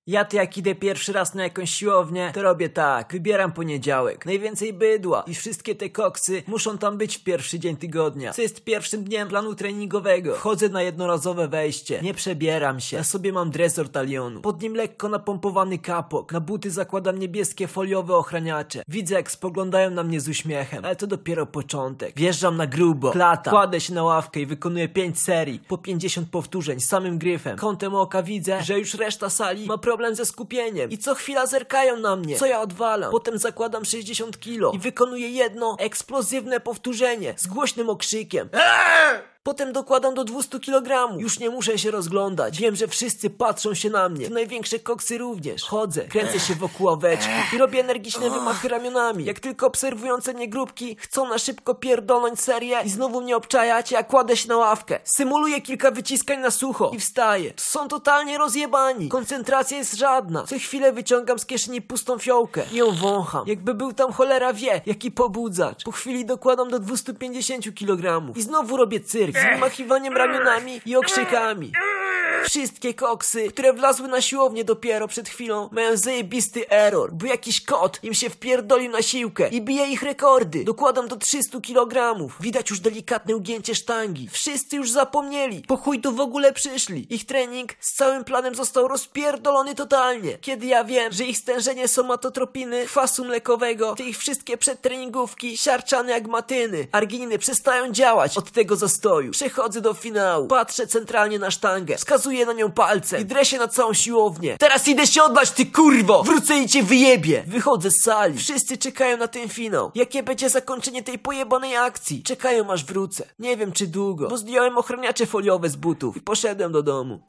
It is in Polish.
Ja to jak idę pierwszy raz na jakąś siłownię, to robię tak. Wybieram poniedziałek. Najwięcej bydła i wszystkie te koksy muszą tam być w pierwszy dzień tygodnia, co jest pierwszym dniem planu treningowego. Wchodzę na jednorazowe wejście. Nie przebieram się. Na sobie mam dres Ortalionu. Pod nim lekko napompowany kapok. Na buty zakładam niebieskie foliowe ochraniacze. Widzę, jak spoglądają na mnie z uśmiechem. Ale to dopiero początek. Wjeżdżam na grubo. Klata. Kładę się na ławkę i wykonuję 5 serii. Po 50 powtórzeń samym gryfem. Kątem oka widzę, że już reszta sali ma problem ze skupieniem i co chwila zerkają na mnie, co ja odwalam. Potem zakładam 60 kilo i wykonuję jedno eksplozywne powtórzenie z głośnym okrzykiem. Potem dokładam do 200 kg. Już nie muszę się rozglądać. Wiem, że wszyscy patrzą się na mnie. To największe koksy również. Chodzę, kręcę się wokół ławeczki i robię energiczne wymachy ramionami. Jak tylko obserwujące mnie grupki chcą na szybko pierdolnąć serię i znowu mnie obczajać, ja kładę się na ławkę. Symuluję kilka wyciskań na sucho i wstaję. To są totalnie rozjebani. Koncentracja jest żadna. Co chwilę wyciągam z kieszeni pustą fiołkę i ją wącham. Jakby był tam cholera wie, jaki pobudzacz. Po chwili dokładam do 250 kg i znowu robię cyrk. Z wymachiwaniem ramionami i okrzykami. Wszystkie koksy, które wlazły na siłownię dopiero przed chwilą, mają zajebisty error, bo jakiś kot im się wpierdolił na siłkę i bije ich rekordy. Dokładam do 300 kg. Widać już delikatne ugięcie sztangi. Wszyscy już zapomnieli. Po chuj tu w ogóle przyszli. Ich trening z całym planem został rozpierdolony totalnie. Kiedy ja wiem, że ich stężenie somatotropiny, kwasu mlekowego, te ich wszystkie przedtreningówki siarczane jak matyny, argininy przestają działać od tego zastoju. Przechodzę do finału. Patrzę centralnie na sztangę. Wskazuję na nią palcem i drę się na całą siłownię. Teraz idę się odlać, ty kurwo! Wrócę i cię wyjebie! Wychodzę z sali. Wszyscy czekają na ten finał. Jakie będzie zakończenie tej pojebanej akcji? Czekają aż wrócę. Nie wiem czy długo, bo zdjąłem ochraniacze foliowe z butów i poszedłem do domu.